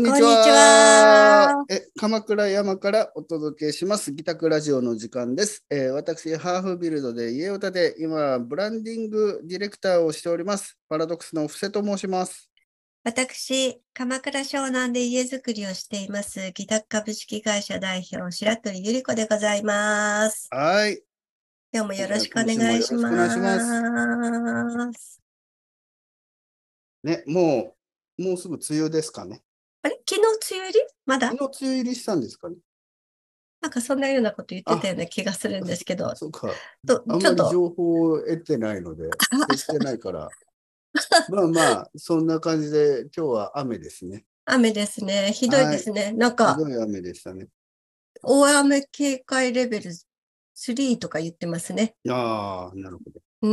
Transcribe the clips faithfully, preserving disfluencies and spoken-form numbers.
にちこんにちは。 は。 え、鎌倉山からお届けします。ギタクラジオの時間です。えー私、ハーフビルドで家を建て、今、ブランディングディレクターをしております。パラドックスの布施と申します。 私、鎌倉湘南で家づくりをしています。ギタック株式会社代表、白鳥ゆり子でございます。 はい。 今日もよろしくお今週も願いしよろしくお願いします。 ます。 ね、もう、もうすぐ梅雨ですかね。 あれ昨日梅雨入りまだ昨日梅雨入りしたんですかね。 なんかそんなようなこと言ってたあ、 ような気がするんですけど、 そうか。 とあんちょっと、 まり情報を得てないので、接してないから。まあまあ、そんな感じで、今日は雨ですね。 雨ですね。ひどいはい。 ですね。なんひか、 どい雨でしたね。 大雨警戒レベルスリーとか言ってますね。 ああ、なるほど。 うん。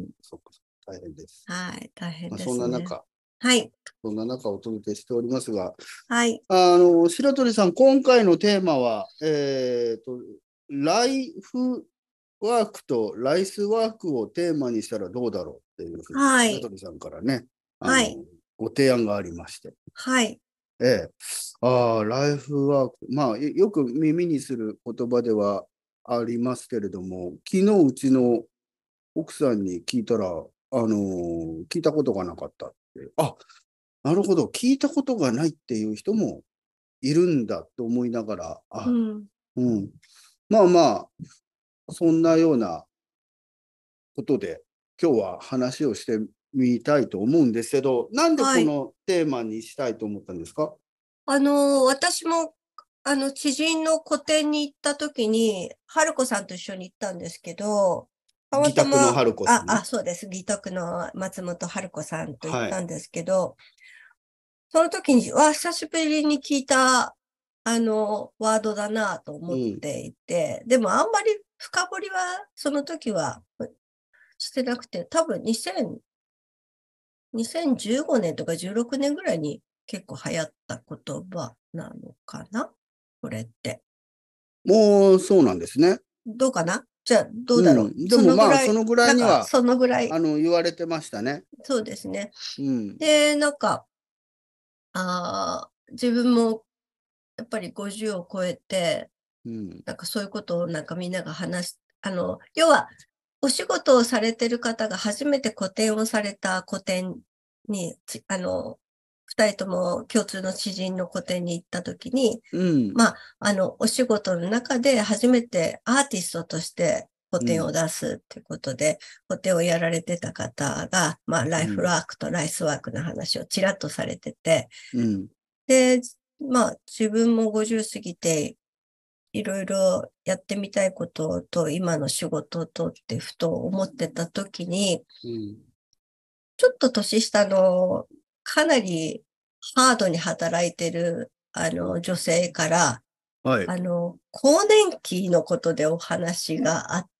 そっか、大変です。 はい、大変まあ、そんですね。 な中、 はい、 そんな中お届けしておりますが、 はい。 あの、白鳥さん、今回のテーマは、えっと、ライフワークとライスワークをテーマにしたらどうだろうっていうふうに、 はい。 白鳥さんからね、あの、 はい。 ご提案がありまして。 はい。 ええ。ああ、ライフワーク。まあ、よよく耳にする言葉ではありますけれども、昨日うちの奥さんに聞いたら、あのー聞いたことがなかったって。あ、なるほど、聞いたことがないっていう人もいるんだと思いながら、あ、 うん。 うん。まあまあ、そんなようなことで、今日は話をしてみたいと思うんですけど、なんではい。 このテーマにしたいと思ったんですか？ あの、私も、あの、知人の個展に行った時に、春子さんと一緒に行ったんですけど、たま義宅のたま、あ、 春子さんね。 あ、そうです。義徳の松本春子さんと行っはい。 たんですけど、その時に、わ、久しぶりに聞いた、あの、ワードだなと思っうん。 ていて、でもあんまり深掘りは、その時はしてなくて、多分にせん、にせんじゅうごねんとかじゅうろくねんぐらいに結構流行った言葉なのかなこれって。 もうそうなんですね。 どうかなじゃあ、どうだろう。 うん。でそもまあ、 のぐらい、 そのぐらなんか、 いには、 そのぐらい、 あの、言われてましたね。 そうですね。 うん。 で、なんか、あー自分もやっぱりごじゅうを超えて、 うん。 なんかそういうことをなんかみんなが話し、あの、要は、お仕事をされてる方が初めて個展をされた個展に、つあの、二人とも共通の知人の個展に行った時に、 うん。 まあ、あの、お仕事の中で初めてアーティストとして個展をうん。 出すっていうことで、個展をやられてた方が、まあ、ライフうん。 ワークとライスワークの話をちらっとされてて、 うん。 で、まあ、自分もごじゅう過ぎて、いろいろやってみたいことと今の仕事とってふと思ってた時に、 うん。 ちょっと年下のかなりハードに働いてるあの女性から、 はい。 あの、更年期のことでお話があって、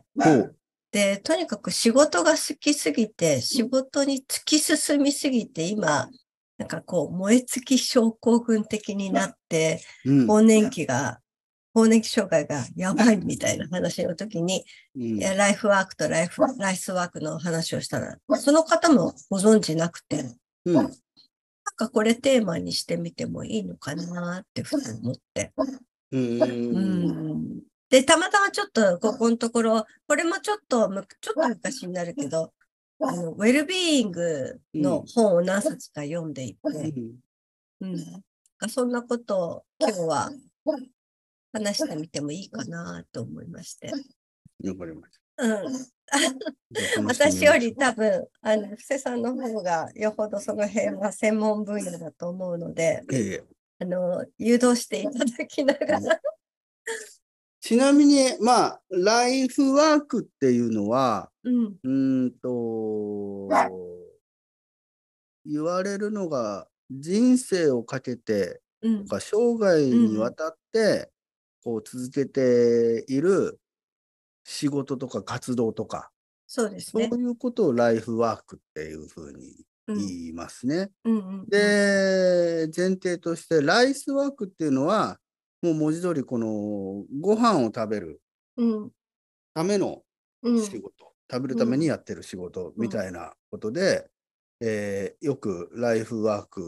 ほう。 で、とにかく仕事が好きすぎて、仕事に突き進みすぎて、今、なんかこう、燃え尽き症候群的になって、 うん。 更年期が、更年期障害がやばいみたいな話の時に、 ういや、 ん。 ライフワークとライフ、ライスワークの話をしたら、その方もご存知なくて、なんうん。 かこれテーマにしてみてもいいのかなってふと思って。 ううん。 ん。で、たまたまちょっとここのところ、これもちょっとむ、ちょっと昔になるけど、あの、ウェルビーイングの本を何冊か読んでいて、 うん。 うん。そんなことを今日は話してみてもいいかなと思いまして。 わかりましうん。 た。じゃあ話してみ私よりましょ多分、あの、布施さんの方がよほどその辺は専門分野だと思うので、 う。ええ。 あの、誘導していただきながら。 ちなみに、まあ、ライフワークっていうのは、 うん。 うーんと、言われるのが人生をかけてうん。 とか生涯うん。うん。 にわたってこう続けている仕事とか活動とか、 そうですね。 そういうことをライフワークっていうふうにうん。 言いますね。 うん。うん。うん。 で、前提としてライスワークっていうのはもう文字通りこのご飯を食べるうん。 ためのうん。 仕事、食べるためにうん。 やってる仕事うん。 みたいなことで、えーよくライフワーク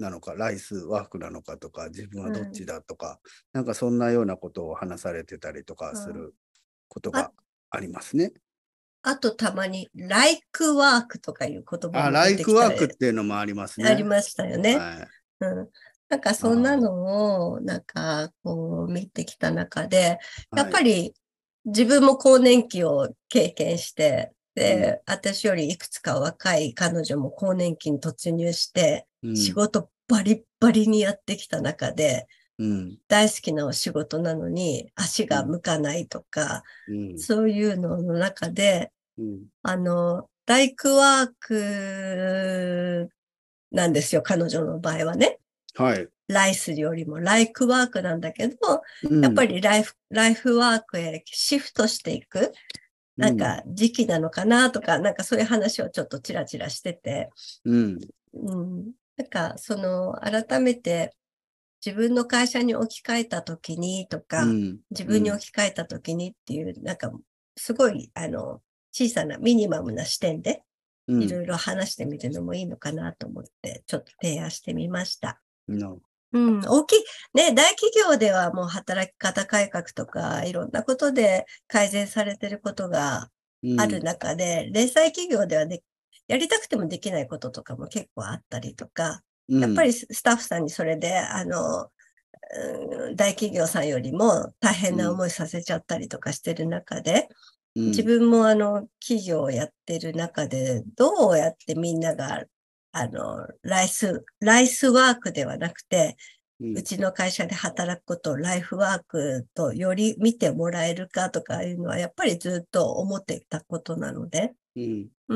なのか、ライスワークなのかとか、自分はどっちうんだとか、なんかそんなようなことを話されてたりとかうんすることあ、 がありますね。 あとたまに、like work とかいう言葉あ、 もラ出てきたら、 イクワークっていうのもありますね。 ありましたよね。 はい。 うん。なんかそんなあのを、なんかこう見てきた中で、やっあ、はい。 ぱり自分も更年期を経験して、 うん、 で、私よりいくつか若い彼女も更年期に突入して、仕うん、 事バリッバリにやってきた中で、 うん、 大好きなお仕事なのに足がうん、 向かないとか、 うん、 そういうのの中で、 うん。 あの、ライクワークなんですよ、彼女の場合はね。 はい。 ライスよりもライクワークなんだけど、やっぱうん、 りライフ、ライフワークへシフトしていく、なんうん、 か時期なのかなとか、なんかそういう話をちょっとチラチラしてて、 うん、 うん、なんかその改めて自分の会社に置き換えたときにとか、 うん、 自うん、 分に置き換えたときにっていう、なんかすごい、あの、小さなミニマムな視点でうん。 いろいろ話してみるのもいいのかなと思って、ちょっと提案してみました。 なうん、大きい、ね、大企業ではもう働き方改革とか、いろんなことで改善されてることがあるうん、 中で、零細企業ではね、やりたくてもできないこととかも結構あったりとか、やっぱうん、 りスタッフさんにそれで、あの、うん大企業さんよりも大変なうん、 思いさせちゃったりとかしてる中で、自うん、 分もあの、企業をやってる中で、どうやってみんなが、あの、ライス、ライスワークではなくて、 うん、 うちの会社で働くことをライフワークとより見てもらえるかとかいうのは、やっぱりずっと思っていたことなので、 うん。 うん、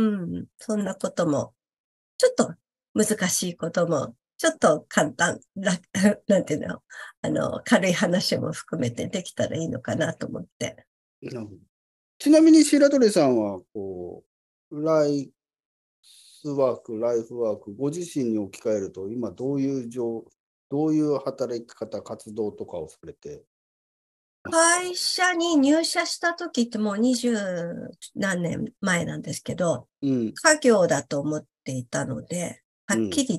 そんなことも、ちょっと難しいことも、ちょっと簡単、楽なんていうの、あの、軽い話も含めてできたらいいのかなと思って。 なるほど。ちなみに白鳥さんは、こう、ライスワーク、ライフワーク、ご自身に置き換えると、今どういう状、どういう働き方、活動とかをされてますか？ 会社に入社した時ってもう二十何年前なんですけど、 うん、 家業だと思っていたので、はうん、 っきり言って、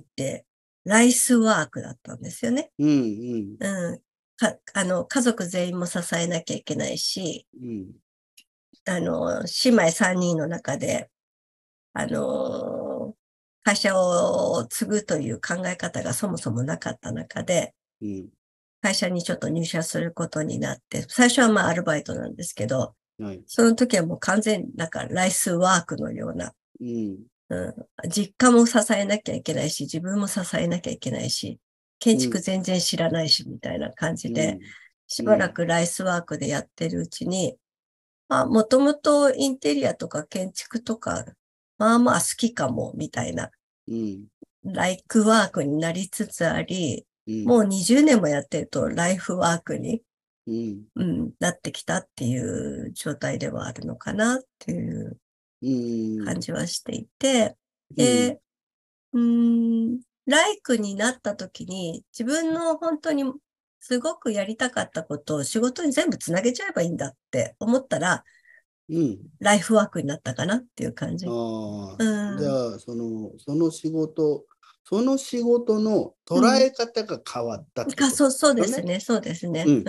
ライスワークだったんですよね。 うん、うん、 うん。か、あの、家族全員も支えなきゃいけないし、 うん、 あの、姉妹さんにんの中で、あの、会社を継ぐという考え方がそもそもなかった中で、 うん、 会社にちょっと入社することになって、最初はまあアルバイトなんですけど、 はい、 その時はもう完全になんかライスワークのような、 うん、 うん、実家も支えなきゃいけないし、自分も支えなきゃいけないし、建うん、 築全然知らないし、みたいな感じで、 うん、 しばらうん、 くライスワークでやってるうちに、まあ、もともとインテリアとか建築とか、まあまあ好きかも、みたいな、 うん、 ライクワークになりつつあり、 うん、 もうにじゅうねんもやってると、ライフワークに、 うん、 うん、なってきたっていう状態ではあるのかなっていううん、 感じはしていて、 うん、 で、うーん、ライクになった時に、自分の本当にすごくやりたかったことを仕事に全部つなげちゃえばいいんだって思ったら、 うん。 ライフワークになったかなっていう感じ。 ああ、じうん。 ゃあ、その、その仕事、その仕事の捉うん。 え方が変わったってか、 ことそう、そうですよね。 ですね。そうですね。 うん。 うん。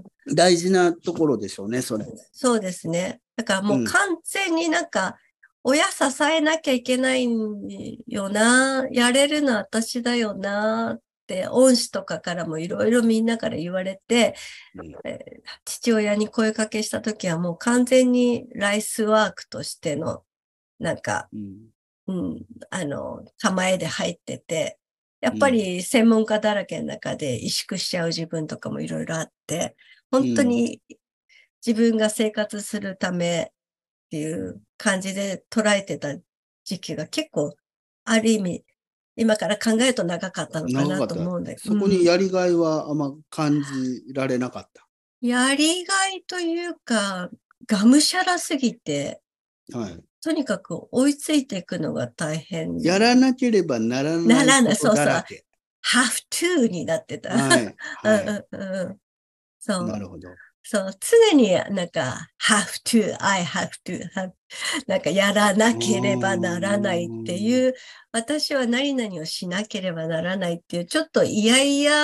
大事なところでしょうね、それ。 そうですね。だからうん。 もう完全になんか、親支えなきゃいけないよな、やれるのは私だよな、って、恩師とかからもいろいろみんなから言われて、 うん。 えー父親に声かけしたときはもう完全にライスワークとしての、なんか、 うん。 うん、あの、構えで入ってて、やっぱうん。 り専門家だらけの中で萎縮しちゃう自分とかもいろいろあって、本当うん。 に自分が生活するためっていう感じで捉えてた時期が結構、ある意味、今から考えると長かったのかな長かった。 と思うんで、 そこうん。 にやりがいはあんま感じられなかった。 やりがいというか、がむしゃらすぎて、 はい。 とにかく追いついていくのが大変やらなければならなならない、 いことそうそう、 だらけ。 have to になってた。 はい。 うんはい。 うんうん。そう。 なるほど。 そう、常になんか、have to, I have to, have なんかやらなうければならないってーん。 いう、私は何々をしなければならないっていう、ちょっといやいや、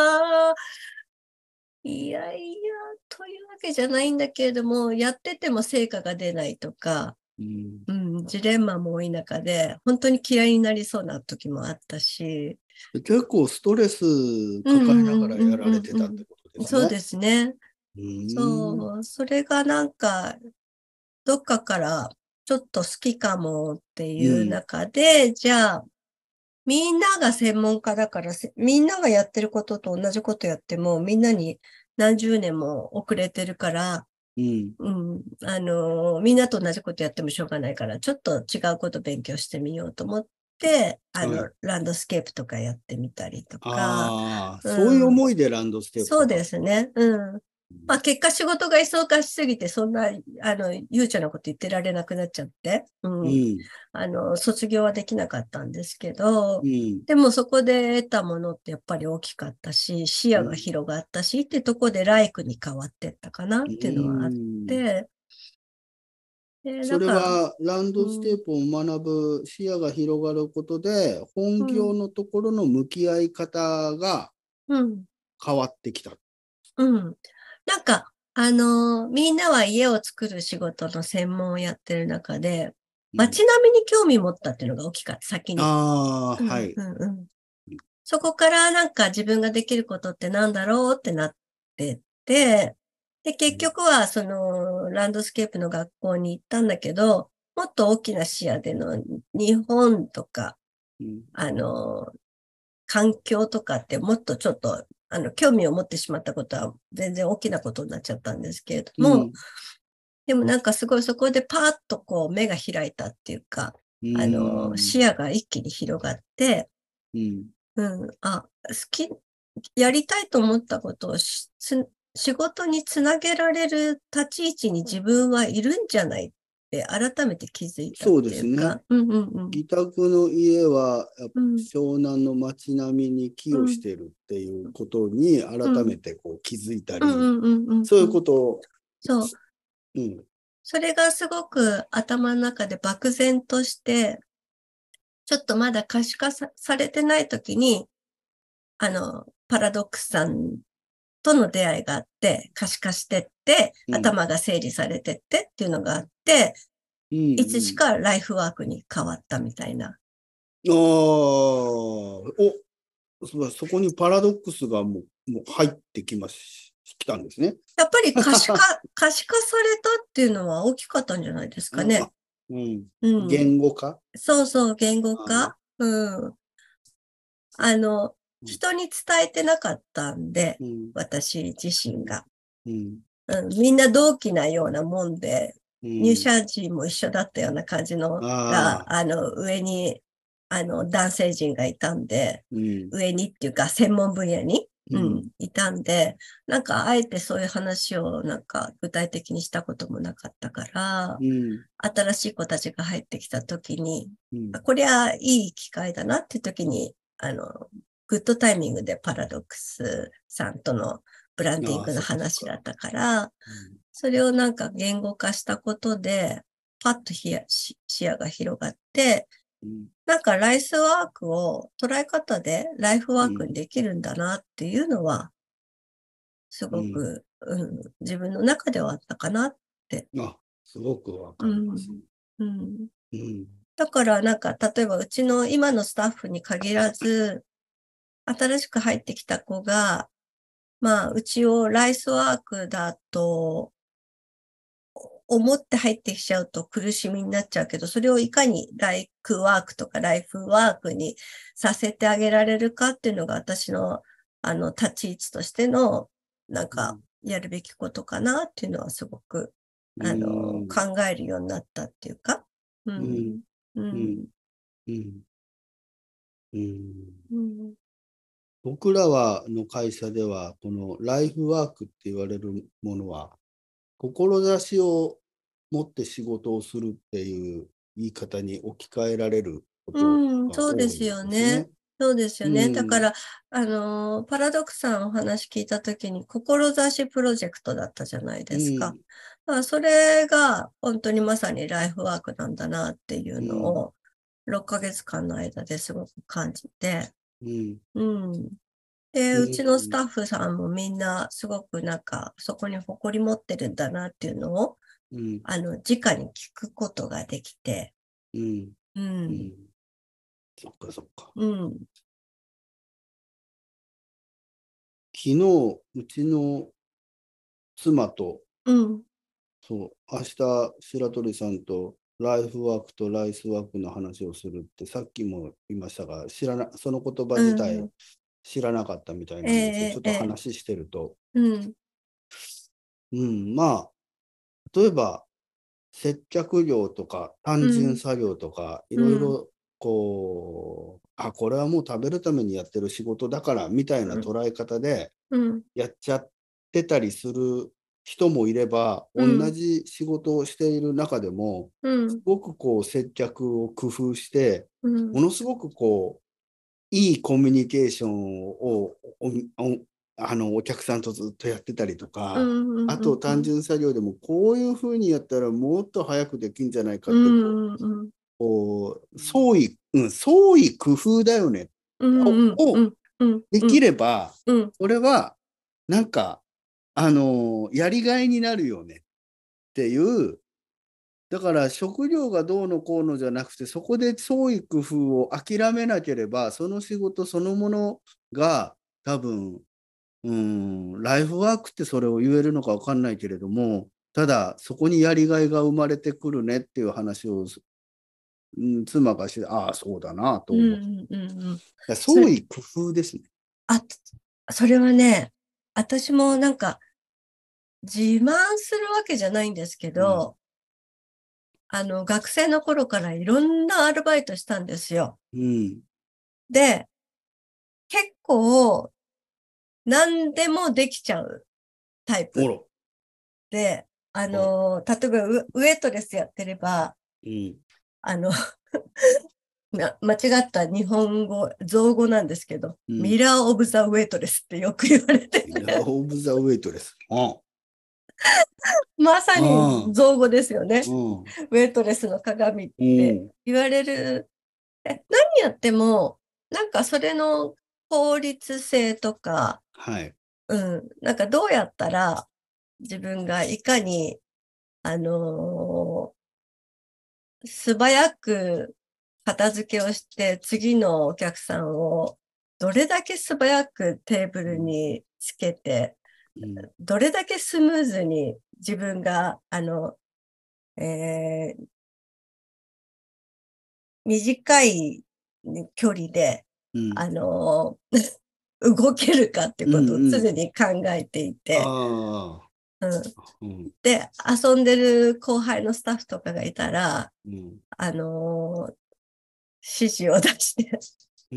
いやいや、というわけじゃないんだけれども、やってても成果が出ないとか、 うん、 うん、ジレンマも多い中で、本当に嫌いになりそうな時もあったし、 結構ストレスうん抱えながうんうんらやられてたってうんことでうん。そうすね。 ですね。 うーん。 そう、それがなんか、どっかからちょっと好きかもっていううん。 中で、じゃあ、みんなが専門家だから、せみんながやってることと同じことやっても、みんなに何十年も遅れてるから、 うん。 うん、あの、みんなと同じことやってもしょうがないから、ちょっと違うこと勉強してみようと思って、あの、 はい。 ランドスケープとかやってみたりとか、 ああ、そういううん、 思いでランドスケープそうとか。 ですね。うん。まあ結果仕事が忙しすぎて、そんな、あの、悠長なこと言ってられなくなっちゃって、うん。 うん。 あの、卒業はできなかったんですけど、 うん。 でもそこで得たものってやっぱり大きかったし、視野がうん。 広がったし、ってとこでライクに変わってったかなっうていうのはあっん。 て、で、 それなんか、 はランドスケうん、 ープを学ぶ視野が広がることで、本うん、 業のところの向き合い方がうん、 変わってきた。 うん。なんか、あの、みんなは家を作る仕事の専門をやってる中で、 うん。 街並みに興味持ったっていうのが大きかった、先に。 ああ、 うん、 はい。 うん、うん。そこからなんか自分ができることってなんだろうってなってって、で、結局はそのランドスケープの学校に行ったんだけど、もっと大きな視野での日本とか、 うん。 あの、環境とかってもっとちょっと、あの、興味を持ってしまったことは全然大きなことになっちゃったんですけれども、 うん。 でもなんかすごいそこでパーッとこう目が開いたっていうか、 うあの、視ん。 野が一気に広がって、 うん。 うん、あ、好き、やりたいと思ったことをしつ仕事につなげられる立ち位置に自分はいるんじゃないって改めて気づいたっそうでていうか、 すね。 うんうんうん。 自宅の家はやっぱうん湘南の街並みに寄うん与してるっていうことにうん改めてこう気づいたうんり、 うんうんうんそういううん。 ことを、 そう。 うん、 それがすごく頭の中で漠然として、ちょっとまだ可視化さ、されてない時に、あの、パラドックスさんとの出会いがあって、可視化してって、 うん、 頭が整理されてってっていうのがあって、 ういつしん、 かライフワークに変わったみたいな。 うん。ああ、お、そそこにパラドックスがもう、もう入ってきます、きたんですね。 やっぱり可視化、可視化されたっていうのは大きかったんじゃないですかうん、 ね。 あ、うん。 うん。 言語化。 そうそう、言語あ化。うん。あの、 ー、うん、 人に伝えてなかったんで、 うん、 私自身が。 うん、 うん、みんな同期なようなもんで、入うん。 社時も一緒だったような感じのが、 ああ、 あの、上に、あの、男性陣がいたんで、 うん、 上にっていうか、専門分野に、うん、 うん、 いたんで、なんか、あえてそういう話を、なんか、具体的にしたこともなかったから、 うん、 新しい子たちが入ってきた時に、 うん。 こりゃいい機会だなって時に、あの、グッドタイミングでパラドックスさんとのブランディンああ、 グのそっかそっか。 話だったから、 うん、 それをなんか言語化したことで、パッと視野視野が広がって、 うん、 なんかライスワークを捉え方でライフワークにうん、 できるんだなっていうのは、すうん。 ごく、うん、自分の中ではあったかなって。 あ、すごくわうかります。 ん、うん。 うん、 だからなんか、例えばうちの今のスタッフに限らず、新しく入ってきた子が、まあ、うちをライスワークだと思って入ってきちゃうと苦しみになっちゃうけど、それをいかにライクワークとかライフワークにさせてあげられるかっていうのが私の、あの、立ち位置としての、なんか、 うん、 やるべきことかなっていうのはすごく、 うあの、 ん、 考えるようになったっていうか、ううん、 ん、ううん、 ん、 うん、うん。 うん、 僕らはの会社では、このライフワークって言われるものは、志を持って仕事をするっていう言い方に置き換えられることうん、 がそうです多いんよね。 ですね。 そうですようね。だかん、 ら、あのーパラドックスさんお話聞いたときに、志プロジェクトだったじゃないですか。 うん、 まあ、それが本当にまさにライフワークなんだなっていううん、 のを、ろっかげつかんの間ですごく感じて、 うん、 うん。で、 ううちのスん、 タッフさんもみんなすごくなんか、そこに誇り持ってるんだなっていうのを、 うん、 あの、直に聞くことができて、 うん、 うん、 うん。そっかそっか。 うん、 昨日、うちの妻と、 うん、 そう、明日、白鳥さんとライフワークとライスワークの話をするって、さっきも言いましたが、知らな、その言葉う自体ん、 知らなかったみたいえなんですけど、ちょえ、 っとええ、 話してると、 うん、 うん、まあ、例えば、接客業とか単純うん、 作業とかいうん、 ろいろこう、あ、これはもう食べるためにやってる仕事だからみたいなうん、 捉え方でうん、 やっちゃってたりする人もいれば、同うん、 じ仕事をしている中でもうん、 すごくこう接客を工夫してうん、 ものすごくこういいコミュニケーションをおおあのお客さんとずっとやってたりとうか、あとん、 単純作業でもこういうふうにやったらもっと早くできるんじゃないかうってこん、うん、 う、こう創意、うん、創意工夫だよねうん、 を、をうん、うん、 できうん、 れば、 うん、 これはなんか、あのやりがいになるよねっていう、だから食料がどうのこうのじゃなくて、そこで創意工夫を諦めなければ、その仕事そのものが多分、うん、ライフワークってそれを言えるのか分かんないけれども、ただそこにやりがいが生まれてくるねっていう話を、うん、妻がして、ああ、そうだなとうん、 思う。 うん、うん。 だそれ、 創意工夫ですね。 あ、それはね、私もなんか自慢するわけじゃないんですけうん。 ど、あの、学生の頃からいろんなアルバイトしたんですよ。 うん。 で、結構何でもできちゃうタイプおろ。 で、ああ、 の、例えばウウエイトレスやってれば、 うん。 あの、な間違った日本語、造語なんですけど、 うん。 ミラー・オブ・ザ・ウェイトレスってよく言われてミラー・て、 オブ・ザ・ウェイトレス。あまさあ。 にああ。 造語ですよね。 うん。 ウェイトレスの鏡っうてん。 言われる。え、何やっても、なんかそれの効率性とか、 はい。 うん、なんかどうやったら自分がいかに、あのー素早く片付けをして、次のお客さんをどれだけ素早くテーブルうん。 につけて、 うん。 どれだけスムーズに自分が、あの、えー短い距離で、 うん。 あの、動けるかっていううん。 ことをうん。 常に考えていて、 ああ。 うん、 うん。 で、遊んでる後輩のスタッフとかがいたら、 うん。 あの、指示を出してうん。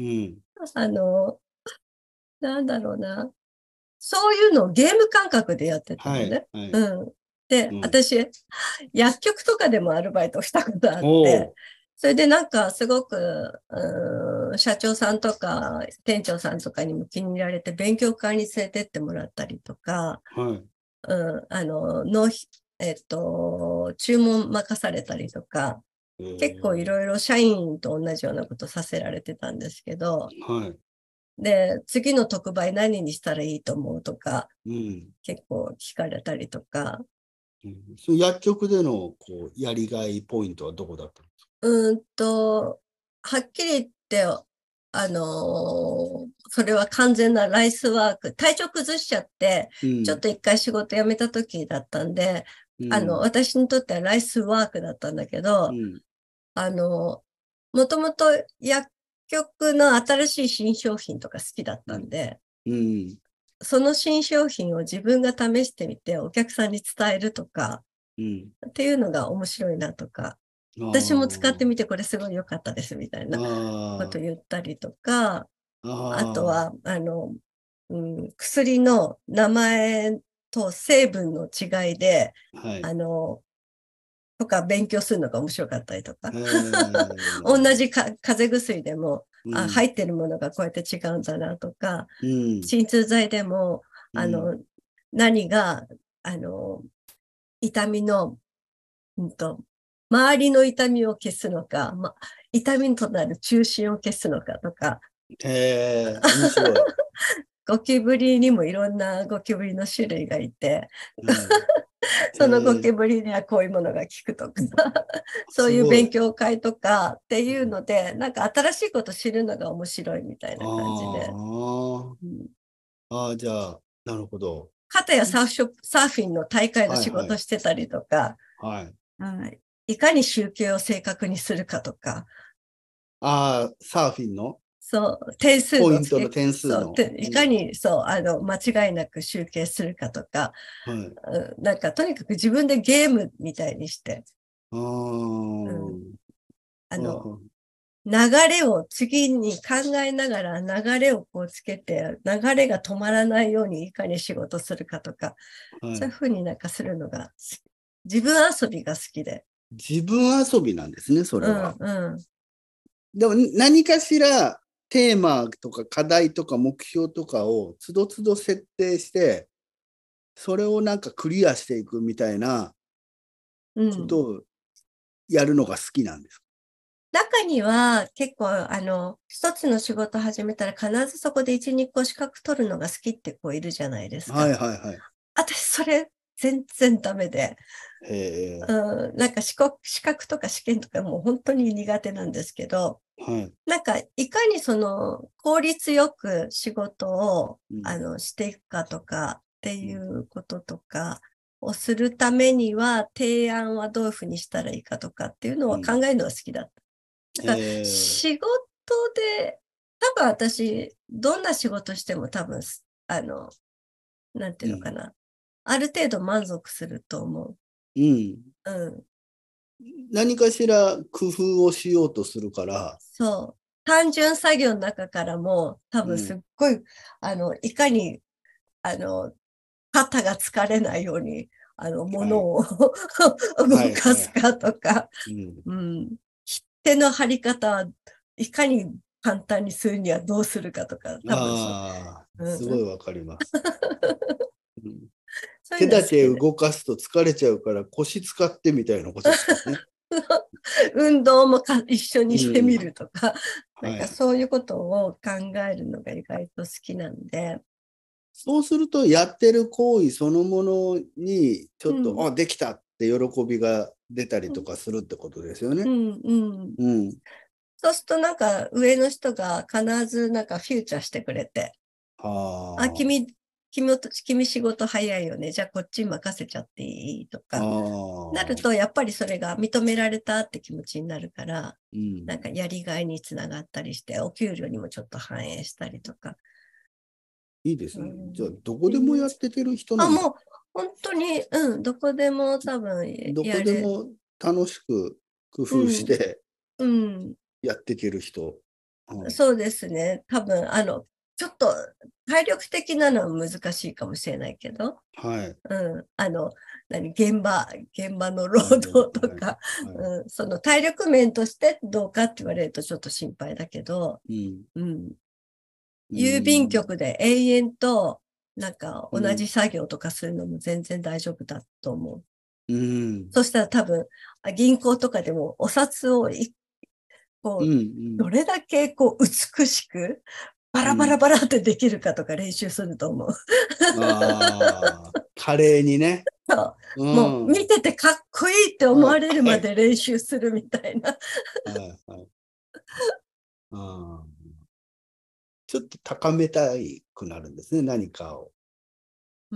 あの、なんだろうな。そういうのをゲーム感覚でやってたはい。 のね。 はい。 うん。で、 うん。 私、薬局とかでもアルバイトしたことあっおて、 お。 それでなんかすごく、うん、社長さんとか店長さんとかにも気に入られて勉強会に連れてってもらったりとか、 はい。 うん、あの、納品えっと、注文任されたりとか、 え結構いー、 ろいろ社員と同じようなことさせられてたんですけど、 はい。 で、次の特売何にしたらいいと思うとか、 うん。 結構聞かれたりとか、 うん、その薬局でのこうやりがいポイントはどこだったの？ うーんと、はっきり言って、あのーそれは完全なライスワーク、体調崩しちゃって、 うん。 ちょっと一回仕事辞めた時だったんで、あの、 うん。 私にとってはライスワークだったんだけど、 うん。 あの、もともと薬局の新しい新商品とか好きだっうん。 たんで、 うん。 その新商品を自分が試してみてお客さんに伝えるとかうん。 っていうのが面白いなとか、私も使ってあみてこれすごい良かったですみたいあ。 なことあ言ったりとか、 あ。 あとああ。 は、あの、うん、薬の名前と成分の違いで、 はい。 あの、 とか勉強するのが面白かったりとか。 へえ。 同じか風邪薬でも、あ、 うん。 入ってるものがこうやって違うんだなとか、 うん。 鎮痛剤でも、あうん。 の、何が、あの、痛みの、うんと、周りの痛みを消すのか、ま、痛みとなる中心を消すのかとか、 へえ、面白い。 ゴキブリにもいろんなゴキブリの種類がいて、 はい。 そのゴへえ、 キブリにはこういうものが効くとか、そういうすごい。 勉強会とかっていうので、なんか新しいこと知るのが面白いみたいな感じで。 あうん、 あ、ああ、じゃあ、なるほど。 かたやサーフショップ、サーフィンの大会の仕はいはい。 事してたりとか、 はい。 はい、いかに集計を正確にするかとか、 ああ、サーフィンのそう、点数ポイントのの付け、そう、 点数の。 ていかうん。 に、そう、あの、間違いなく集計するかとか、 はい。 うん、なんか、とにかく自分でゲームみたいにして、 あうん、ああ、あの、 あ、 流れを次に考えながら流れをこうつけて、流れが止まらないようにいかに仕事するかとか、 はい。 そういうふうになんかするのが、自分遊びが好きで。 自分遊びなんですね、それうんは。 うん。 でも何かしらテーマとか課題とか目標とかをつどつど設定して、それをなんかクリアしていくみたいなうん。 ことをやるのが好きなんです中には結構、あの、一つの仕事始めたら必ずそこで一、二個資格取るのが好きって子いるじゃないですか。はいか。 はいはい。 私、それ全然ダメで。 へえ、 うん、なんか資格、資格とか試験とかもう本当に苦手なんですけど、 はい。 なんか、いかにその効率よく仕事をうん、 あのしていくかとかっていうん、 うこととかをするためには、提案はどういうふうにしたらいいかとかっていうのうん。 を考えるのが好きだった。だへからえ、 仕事で、多分私、どんな仕事しても多分、あの、なんてうん、 いうのかな。ある程度満足すると思うん。 う。うん。 何かしら工夫をしようとするから、 そう。単純作業の中からも、多分すうん。 っごい、あの、いかに、あの、肩が疲れないように、あの、 はい。 物を動はいはい。 かすかとか、 うん。 うん。切手の貼り方、いかに簡単にするにはどうするかとか、多分そう。 ああ、 うん、 すごいわかります。うん、 そういうのは手だけ好きで。 動かすと疲れちゃうから腰使ってみたいなことですよね。 運動もか一緒うにしてみん。 るとか、なんかはい。 そういうことを考えるのが意外と好きなんで、 そうすると、やってる行為そのものに、ちょっと、 うん、 あ、できたって喜びが出たりとかするってことですよね。 うん、うん。 うん。 そうするとなんか上の人が必ずなんかフューチャーしてくれて、あ、 は君、君と、君仕事早いよね。じゃあこっちに任せちゃっていいとあ。あか、なるあ。 とやっぱりそれが認められたって気持ちになるから、 うん。 なんかやりがいにつながったりして、お給料にもちょっと反映したりとか。 いいですうね。じゃあ、 ん、っどこでもていう。 やってける人あ、 なんだ。 もう本当に、うん、どこでも多分どこやれ。 でも楽しく工夫しうん、 てうん。 やっていける人。うん、 そうですね。多分、あの、ちょっと体力的なのは難しいかもしれないけど、 はい。 うん、あの、何、現場、現場の労はい。 働とはい。 か、 はい。 うん、その体力面としてどうかって言われるとちょっと心配だけど、 うん。 うん、 う郵便ん。 局で永遠となんか同じうん。 作業とかするのも全然大丈夫だと思う。 うん。 そしたら多分、銀行とかでもお札をうん。 こう、 うん。 どれだけこう美しくバラバラうん。 バラってできるかとか練習すると思う。 ああ、華麗にね。 そう。もううん。 見ててかっこいいって思はい。 われるはい。 まで練習するみたいな。 はい。はい。あー、ちょっと高めたいくなるんですね、何かを。 うん。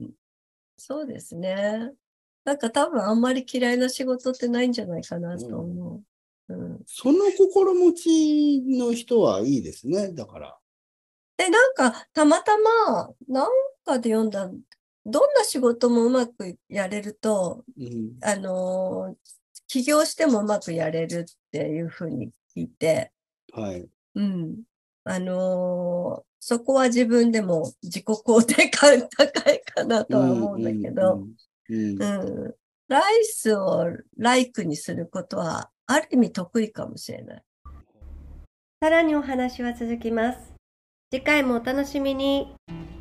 そうですね。なんか多分あんまり嫌いな仕事ってないんじゃないかなうん、 と思う。うん。 その心持ちの人はいいですね、だから。 で、なんかたまたまなんかで読んだ、どんな仕事もうまくやれると、 うん。 あのー起業してもうまくやれるっていうふうに聞いて、 はい。 うん。あのーそこは自分でも自己肯定感高いかなうん、 とは思うんだうん、 けど、 うん、うん。 うん。 ライスをライクにすることは、ある意味得意かもしれない。 さらにお話は続きます。次回もお楽しみに。